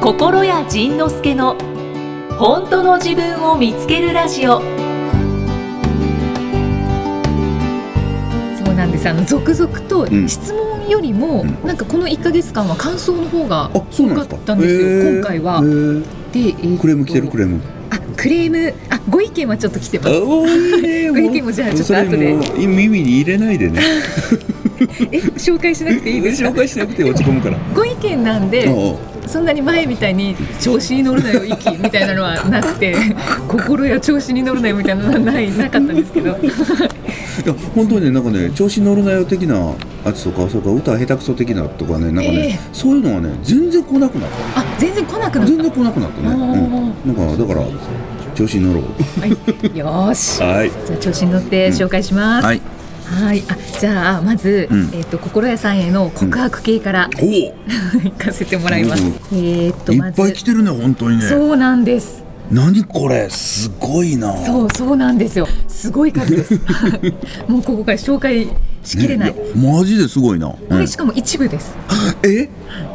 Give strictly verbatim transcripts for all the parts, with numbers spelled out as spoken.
心谷仁之助の本当の自分を見つけるラジオ。そうなんです。あの続々と質問よりも、うん、なんかこのいっかげつかんは感想の方が多かったんですよ。です今回はで、えー、 クレーム来てるクレームあクレームあご意見はちょっと来てます。ご意見もじゃあちょっと後で耳に入れないでねえ紹介しなくていいですか？ 紹介しなくて落ち込むから。 ご意見なんでおうそんなに前みたいに調子に乗るなよ息みたいなのはなくて心や調子に乗るなよみたいなのはないなかったんですけどいや本当にねなんかね調子に乗るなよ的なやつとかそれから歌下手くそ的なとかねなんかね、えー、そういうのがね全然来なくなった。 あ全然来なくなった全然来なくなったね、うん、なんかだから調子に乗ろう、 はい、よーし、 はい、 じゃあ調子に乗って紹介します、うんはいはい、あじゃあまず、うんえー、と心谷さんへの告白系から、うん、行かせてもらいます、うんえー、とまずいっぱい来てるね本当にね。 そうなんです。 何これすごいな。 そうそうなんですよすごい数ですもうここから紹介しきれない、ね、 いやマジですごいな。 これしかも一部です、 うん、え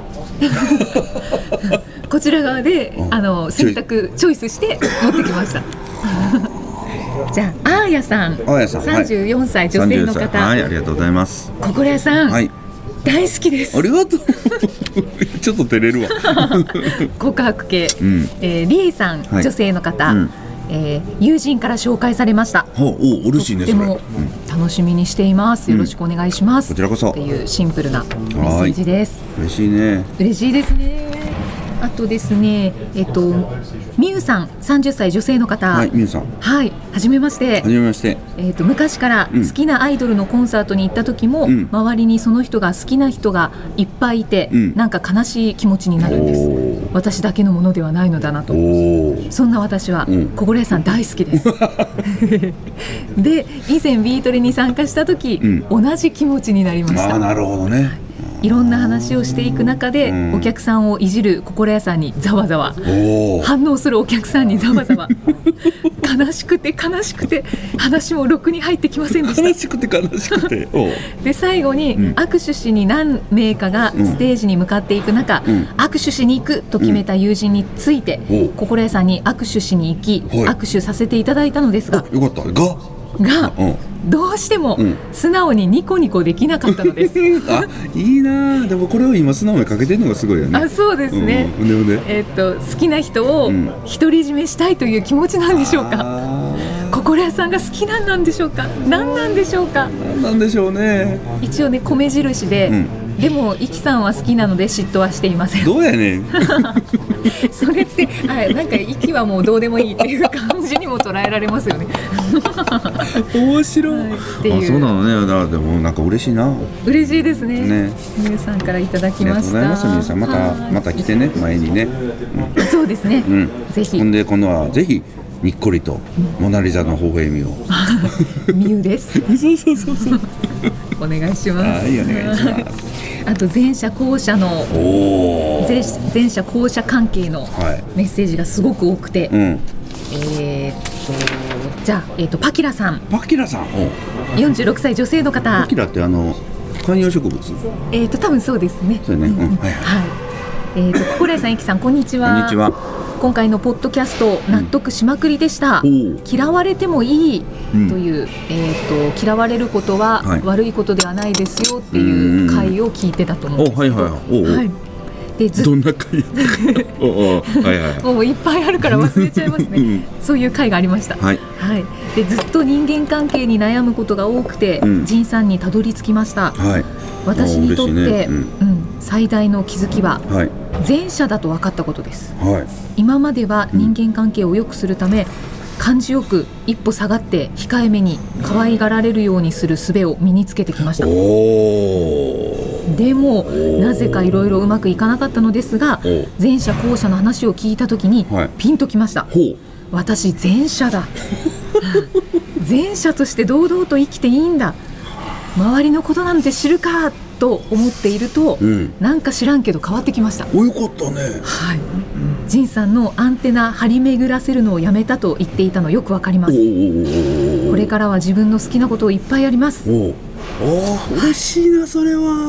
こちら側であの選択チョイスして持ってきましたじゃあ、あーやさん、 あーやさんさんじゅうよんさい、はい、女性の方、 はい、ありがとうございます。 心谷さん、はい、大好きです。 ありがとうちょっと照れるわ告白系、うんえー、りえさん、はい、女性の方、うんえー、友人から紹介されました。 おお嬉しいね。 とっても楽しみにしています、よろしくお願いします、 うん、こちらこそっていうシンプルなメッセージです。 嬉しいね。 嬉しいですね。あとですね、えっとみゆさんさんじゅっさい女性の方、 はい、みゆさん、 はい、はじめまして。 はじめまして。 えっと昔から好きなアイドルのコンサートに行った時も、うん、周りにその人が好きな人がいっぱいいて、うん、なんか悲しい気持ちになるんです。私だけのものではないのだなと。そんな私は、うん、心谷さん大好きですで以前ビートレに参加した時、うん、同じ気持ちになりました。 あ、なるほどね。 いろんな話をしていく中で、うん、お客さんをいじる心谷さんにざわざわ反応するお客さんにざわざわ悲しくて悲しくて話もろくに入ってきませんでした。 悲しくて悲しくてで最後に、うん、握手しに何名かがステージに向かっていく中、うん、握手しに行くと決めた友人について、うん、心谷さんに握手しに行き、はい、握手させていただいたのですが、 よかったがが、うんどうしても素直にニコニコできなかったのです、うん、 あいいな。でもこれを今素直にかけてるのがすごいよね。 あそうですね、うんうん、ででえー、っと好きな人を独り占めしたいという気持ちなんでしょうか、うん、心谷さんが好きなんなんでしょうか、何なんでしょうか。 何なんでしょうね。 一応ね米印で、うんでもイキさんは好きなので嫉妬はしていません。 どうやねんそれってあなんかイキはもうどうでもいいっていう感じにも捉えられますよね面白い、はい、っていう。あそうなのね。だからでもなんか嬉しいな。 嬉しいですね。 ね皆さんからいただきました。ありがとうございます。皆さんまたまた来てね前にね、 うん、そうですね、うん、ぜひ。 ほんで今度はぜひにっこりとモナリザの微笑みをみゆですそうそうそうそうお願いします。 はいお願いしますあと前者後者の前, 前者後者関係のメッセージがすごく多くて、はいうん、えー、っとじゃあ、えー、っとパキラさんパキラさんよんじゅうろくさい女性の方。 パキラってあの観葉植物。 えー、っと多分そうですね。 そうね、うんうん、はいはい、 えー、っと心谷さん、イキさん、こんにちは。 こんにちは。 今回のポッドキャスト納得しまくりでした、うん、嫌われてもいいという、うんえー、と嫌われることは悪いことではないですよっていう回を聞いてたと思うんですけど、はいはいはいはいでずどんな回おお、はいはい、 もういっぱいあるから忘れちゃいますね、うん、そういう回がありました、はいはい、でずっと人間関係に悩むことが多くて、うん、仁さんにたどり着きました、はい、私にとって、ねうんうん、最大の気づきは、はい、前者だと分かったことです、はい、今までは人間関係を良くするため、うん、感じよく一歩下がって控えめに可愛がられるようにする術を身につけてきました。おでもなぜかいろいろうまくいかなかったのですが、前者後者の話を聞いたときに、はい、ピンときました。私前者だ前者として堂々と生きていいんだ、周りのことなんて知るかと思っていると、うん、なんか知らんけど変わってきました。 およかったね。 はい、仁さんのアンテナ張り巡らせるのをやめたと言っていたのよくわかります。これからは自分の好きなことをいっぱいやります。おお嬉しいなそれは。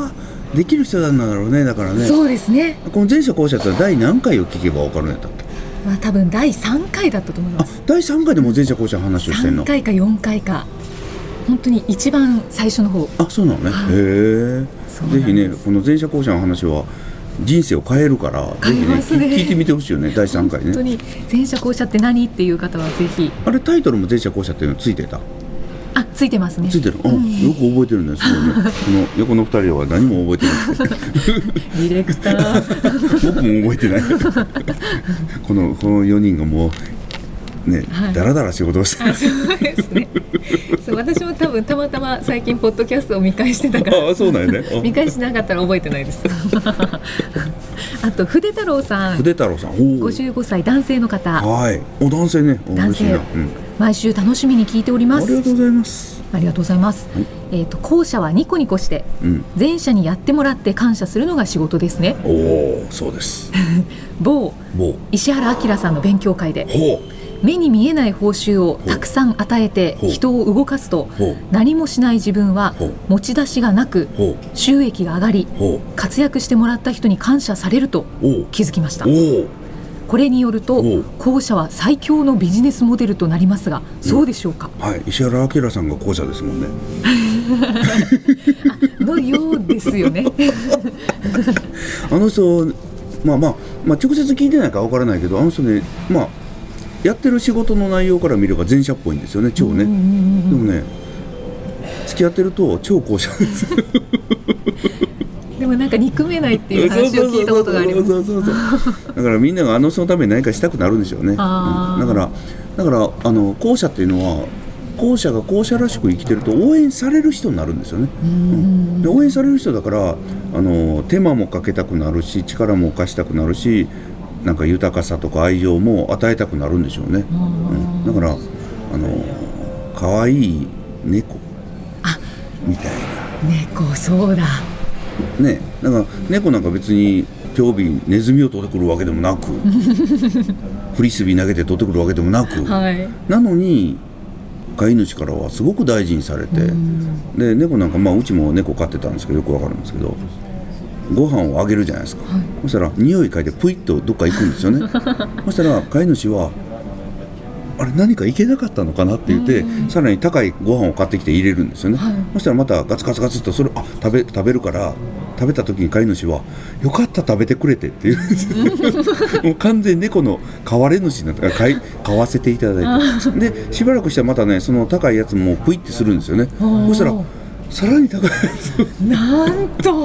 できる人なんだろうね。だからね。 そうですね。 この前者後者って第何回を聞けば分かるんやったっけ。 まあ多分だいさんかいだったと思います。 あ、だいさんかいでも前者後者の話をしてんの。 さんかいかよんかいか、本当に一番最初の方。 あ、そうなのね。へえ。ぜひね、この前者後者の話は人生を変えるから、ぜひね、ね聞いてみてほしいよね。だいさんかいね。 本当に前者後者って何っていう方はぜひ。 あれタイトルも前者後者っていうのついてた。 あ、ついてますね。 ついてる。うん、よく覚えてるんですよね。この横のふたりは何も覚えてない。 ディレクター。 僕も覚えてない。このこのよにんがもうね、はい、だらだら仕事をして。 あ、そうですね。そう、私も多分たまたま最近ポッドキャストを見返してたから。 あ、そうなんよね。 見返しなかったら覚えてないです。あと筆太郎さん。 筆太郎さん。 ごじゅうごさい男性の方。 はい。お、男性ね。 男性。うん、毎週楽しみに聞いております。 ありがとうございます。 ありがとうございます。はい、えっと後者はニコニコして、うん、前者にやってもらって感謝するのが仕事ですね。 おお、そうです。 某石原明さんの勉強会で。目に見えない報酬をたくさん与えて人を動かすと、何もしない自分は持ち出しがなく収益が上がり、活躍してもらった人に感謝されると気づきました。これによると後者は最強のビジネスモデルとなりますが、そうでしょうか。 うん、はい、石原明さんが後者ですもんね。 のようですよね。 あの人、まあまあ、まあ直接聞いてないから分からないけど、あの人ね、まあやってる仕事の内容から見れば前者っぽいんですよね、超ね。でもね、付き合ってると超後者です。 でもなんか憎めないっていう話を聞いたことがあります。 そうそうそうそう。だからみんながあの人のために何かしたくなるんでしょうね。うん、だからだからあの後者っていうのは、後者が後者らしく生きてると応援される人になるんですよね。うん、で応援される人だからあの手間もかけたくなるし、力も貸したくなるし、なんか豊かさとか愛情も与えたくなるんでしょうね。うん、だからあの可愛い猫みたいな。 猫、そうだ。 ね、だから猫なんか別に今日日ネズミを取ってくるわけでもなく、フリスビー投げて取ってくるわけでもなく、はい、なのに飼い主からはすごく大事にされて、で猫なんか、まあ、うちも猫飼ってたんですけどよくわかるんですけど、ご飯をあげるじゃないですか、はい、そしたら匂い嗅いでプイッとどっか行くんですよね。そしたら飼い主はあれ何かいけなかったのかなって言って、さらに高いご飯を買ってきて入れるんですよね。はい、そしたらまたガツガツガツっとそれあ食べ食べるから、食べた時に飼い主はよかった食べてくれてって言うんですよ。もう完全に猫の飼われ主になって飼い飼わせていただいて、でしばらくしたらまたねその高いやつもプイってするんですよね。そしたらさらに高いやつなんと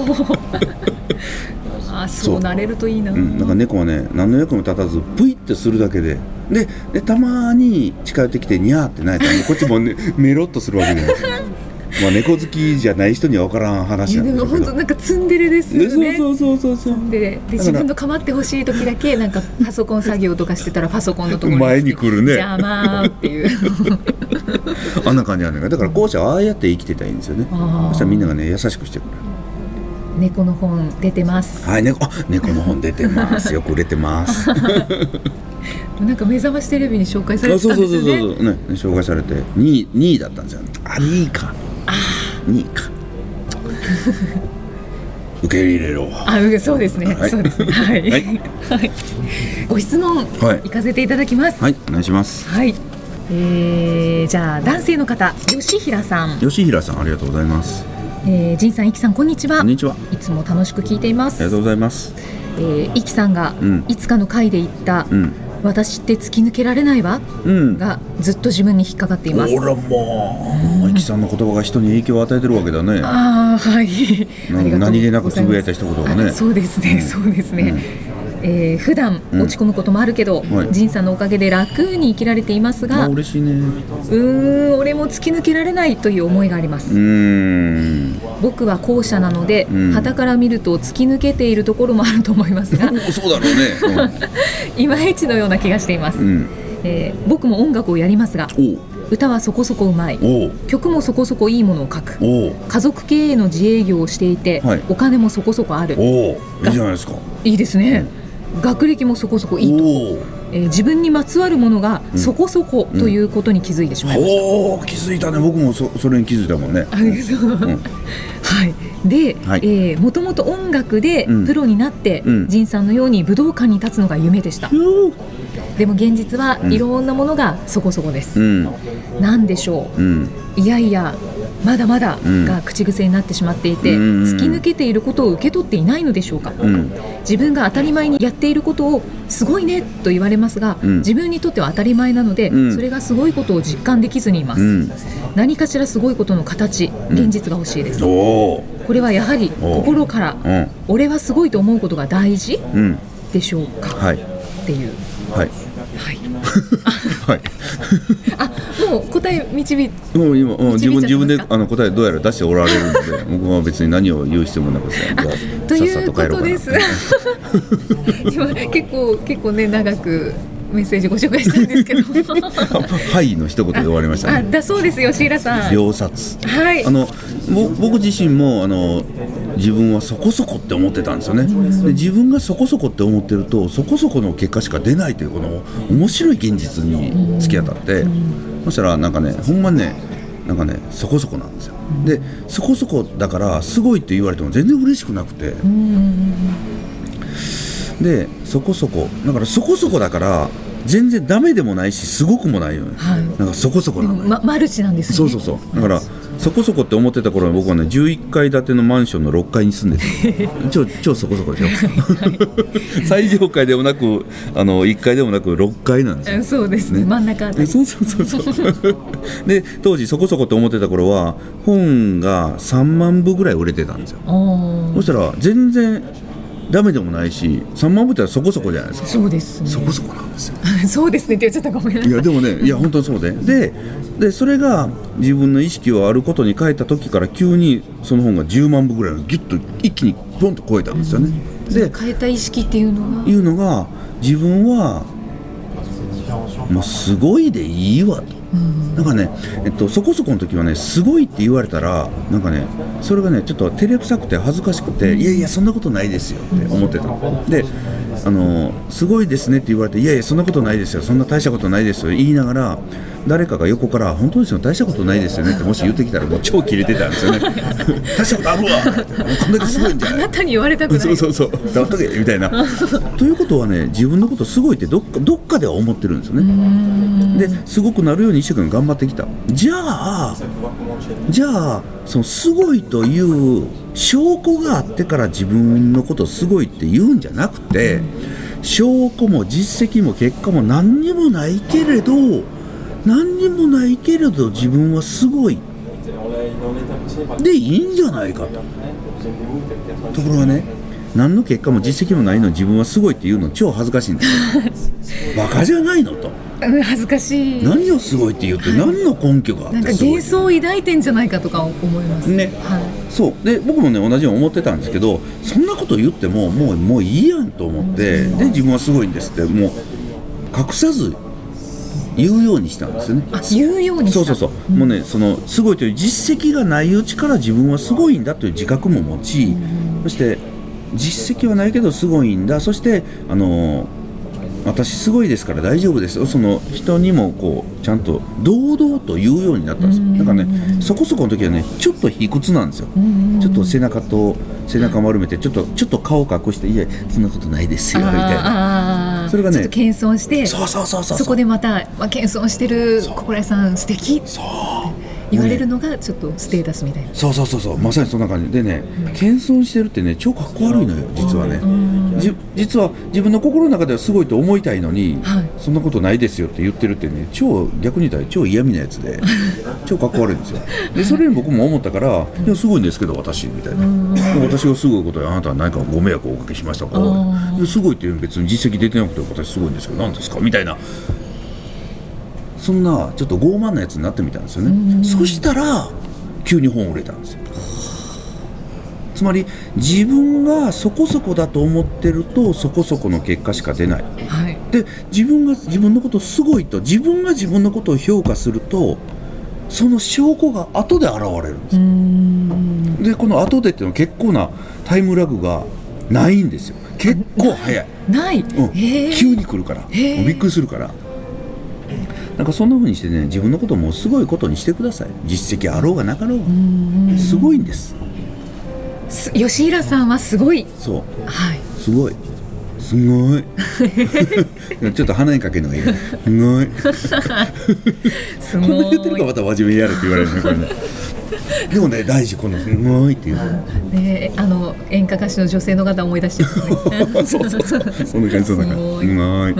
あ、そうなれるといいな。 うん、なんか猫はね何の役も立たずプイってするだけで、で, でたまに近寄ってきてニャーって鳴いたらこっちも、ね、メロッとするわけじゃないですか。まあ猫好きじゃない人には分からん話なんですけど、 でも本当なんかツンデレですよね。 そうそうそうそうそう。 で自分の構ってほしい時だけなんかパソコン作業とかしてたらパソコンのところに前に来るね。 邪魔っていうあんな感じなんだから、だから後者はああやって生きてたらいいんですよね。そしたらみんながね優しくしてくれる。 猫の本出てます。 はい、猫、あ、猫の本出てます。よく売れてます。 なんか目覚ましテレビに紹介されてたんですよね。そうそうそうそう、ね、紹介されてにい、にいだったんですよ。あ、にいか。あ、にいか。受け入れろ。あ、そうですね。はい、そうですね。はい。はい。ご質問、はい、行かせていただきます。 はい、お願いします。 はい。えー、じゃあ男性の方、吉平さん。 吉平さん、ありがとうございます。 えー、仁さん、いきさん、こんにちは。 こんにちは。 いつも楽しく聞いています。 ありがとうございます。 えー、いきさんが、うん、いつかの回で言った、うん、私って突き抜けられないわ、うん、がずっと自分に引っかかっています。 ほらもう、いきさんの言葉が人に影響を与えてるわけだね。 あ、はい。 何気なくつぶやいた一言がね。 そうですね、うん、そうですね。うん、えー、普段落ち込むこともあるけど、うん、仁さんのおかげで楽に生きられていますが、 あ、嬉しいね。 うーん、俺も突き抜けられないという思いがあります。うーん、僕は後者なので、うん、傍から見ると突き抜けているところもあると思いますがそうだろうね、 うん、いまいちのような気がしています。うん、えー、僕も音楽をやりますが、歌はそこそこうまい、曲もそこそこいいものを書く、家族経営の自営業をしていて、はい、お金もそこそこある。 お、いいじゃないですか。 いいですね。うん、学歴もそこそこいいと、ええー、自分にまつわるものがそこそこということに気づいてしまいました、うんうん、 おー気づいたね。僕も そ, それに気づいたもんね、うんはい、で、はいえー、もともと音楽でプロになって、うん、仁さんのように武道館に立つのが夢でした、うん、でも現実はいろんなものがそこそこです、うん、なんでしょう、うん、いやいやまだまだが口癖になってしまっていて、うん、突き抜けていることを受け取っていないのでしょうか、うん、自分が当たり前にやっていることをすごいねと言われますが、うん、自分にとっては当たり前なので、うん、それがすごいことを実感できずにいます、うん、何かしらすごいことの形、現実が欲しいです、うん、これはやはり心から、うん、俺はすごいと思うことが大事、うん、でしょうか、はい、っていうはいはいはい、あもう答え導いてもう今もう自分自分であの答えどうやら出しておられるので僕は別に何を言う必要もなくてということです今結構結構ね長くメッセージご紹介したんですけどはいの一言で終わりましたね。 あだそうですよ、シーラさん。 秒殺、 はい、 あの僕自身もあの自分はそこそこって思ってたんですよね。で自分がそこそこって思ってるとそこそこの結果しか出ないというこの面白い現実に突き当たってそしたらなんかねほんまにねなんかねそこそこなんですよ。でそこそこだからすごいって言われても全然嬉しくなくてでそこそこだからそこそこだから全然ダメでもないしすごくもないよね、はい、なんかそこそこなのよ、 ま、マルチなんですね。 そうそうそうだからそこそこって思ってた頃は僕はねじゅういっかい建てのマンションのろっかいに住んでて超, 超そこそこでしょ、はい、最上階でもなくあのいっかいでもなくろっかいなんですよ。 そうですね、真ん中あたり。 そうそうそうそうで当時そこそこって思ってた頃は本がさんまんぶぐらい売れてたんですよ。そしたら全然ダメでもないしさんまんぶってそこそこじゃないですか。 そうです、ね、 そこそこなんですよそうですねって言っちゃったかもしれない。 いやでもねいや本当にそうでででそれが自分の意識をあることに変えた時から急にその本がじゅうまんぶぐらいギュッと一気にポンと超えたんですよね、 うん、で変えた意識っていうのがいうのが自分はもうすごいでいいわと、うん、なんかね、えっと、そこそこの時はねすごいって言われたらなんかねそれがねちょっと照れくさくて恥ずかしくて、うん、いやいやそんなことないですよって思ってたのであのすごいですねって言われていやいやそんなことないですよそんな大したことないですよ言いながら誰かが横から本当ですよ大したことないですよねってもし言ってきたらもう超キレてたんですよね大したことあるわこんだけすごいんじゃないあ, あなたに言われたくないそうそうそう黙っとけみたいなということはね自分のことすごいってどっか、どっかでは思ってるんですよね。ですごくなるように一生懸命頑張ってきた。じゃあじゃあそのすごいという証拠があってから自分のことすごいって言うんじゃなくて証拠も実績も結果も何にもないけれど何にもないけれど自分はすごいでいいんじゃないかと。ところがね何の結果も実績もないのに自分はすごいって言うの超恥ずかしいんですよバカじゃないのと恥ずかしい何をすごいって言って何の根拠があってなんか幻想を抱いてんじゃないかとか思いますね、 はい、そうで僕もね同じように思ってたんですけどそんなこと言ってももう、もういいやんと思ってで自分はすごいんですってもう隠さず言うようにしたんですよね。 あ言うようにした。 そうそうそう、うん、もうねそのすごいという実績がないうちから自分はすごいんだという自覚も持ち、うん、そして実績はないけどすごいんだそしてあの私すごいですから大丈夫ですよその人にもこうちゃんと堂々と言うようになったんですよ。なんかねそこそこの時はねちょっと卑屈なんですよ。ちょっと背中と背中丸めてちょっとちょっと顔隠していやそんなことないですよみたいなそれがねちょっと謙遜してそうそうそうそうそこでまた、まあ、謙遜してる小倉さん素敵そう言われるのがちょっとステータスみたいな、ね、 そうそうそうそうまさにそんな感じでね謙遜してるってね超かっこ悪いのよ実はね。じ実は自分の心の中ではすごいと思いたいのに、はい、そんなことないですよって言ってるってね超逆に言ったら超嫌味なやつで超かっこ悪いんですよ。でそれに僕も思ったからいやすごいんですけど私みたいな私がすごいことであなたは何かご迷惑をおかけしましたかいやすごいって別に実績出てなくて私すごいんですけど何ですかみたいなそんなちょっと傲慢なやつになってみたんですよね。そしたら急に本売れたんですよ。つまり自分がそこそこだと思ってるとそこそこの結果しか出ない、はい、で自分が自分のことをすごいと自分が自分のことを評価するとその証拠が後で現れるんですよ。うーんでこの後でっていうのは結構なタイムラグがないんですよ。結構早いない、 うん、急に来るから、びっくりするから。なんかそんな風にしてね、自分のこともすごいことにしてください。実績あろうがなかろうが、すごいんです。 吉平さんはすごい。 そう、 はい、 すごいすごいちょっと鼻にかけるのがいいすごいすごいこんな言ってるからまた真面目にやれって言われるねこれねでもね大事、このすごいっていうね、あの演歌歌手の女性の方思い出してますねそうそうそう、そんな感じ、そんな感じ、すごい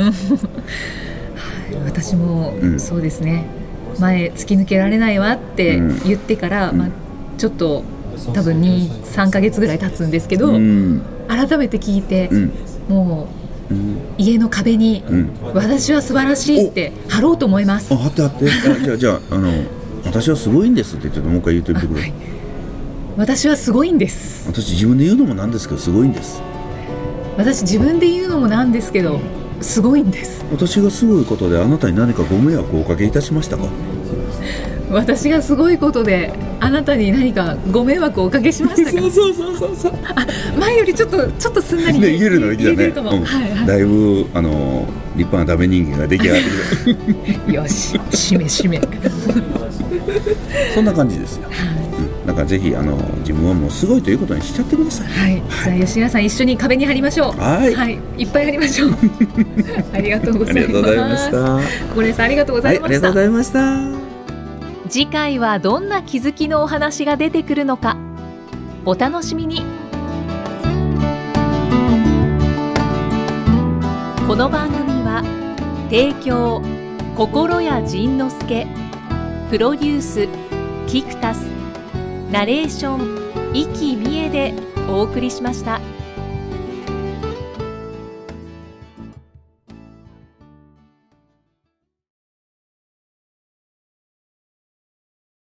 私も、うん、そうですね、前突き抜けられないわって言ってから、うん、まあ、ちょっと多分に、さんかげつぐらい経つんですけど、うん、改めて聞いて、うん、もう、うん、家の壁に、うん、私は素晴らしいって貼ろうと思います。 あ、貼って貼ってじゃあ、じゃあ、あの私はすごいんですってちょっともう一回言ってみてくれ、はい、 私はすごいんです。 私自分で言うのもなんですけどすごいんです。 私自分で言うのもなんですけどすごいんです。 私がすごいことであなたに何かご迷惑をおかけいたしましたか？ 私がすごいことであなたに何かご迷惑をおかけしましたか？ そうそうそうそうそう。 あ、前よりちょっとちょっとすんなり、 ね、言えるのいいだね。 うん、はいはい、 だいぶあの立派なダメ人間が出来上がってきたよし、締め締めそんな感じですよ、はい、うん、だからぜひあの自分はもうすごいということにしちゃってください。 はい、はい、じゃあ吉永さん一緒に壁に貼りましょう。 はい、 はい、いっぱい貼りましょうありがとうございます。ありがとうございました。小根さんありがとうございました、はい、ありがとうございました。次回はどんな気づきのお話が出てくるのかお楽しみに。この番組は提供心谷仁之助、プロデュースキクタス、ナレーション生きみえでお送りしました。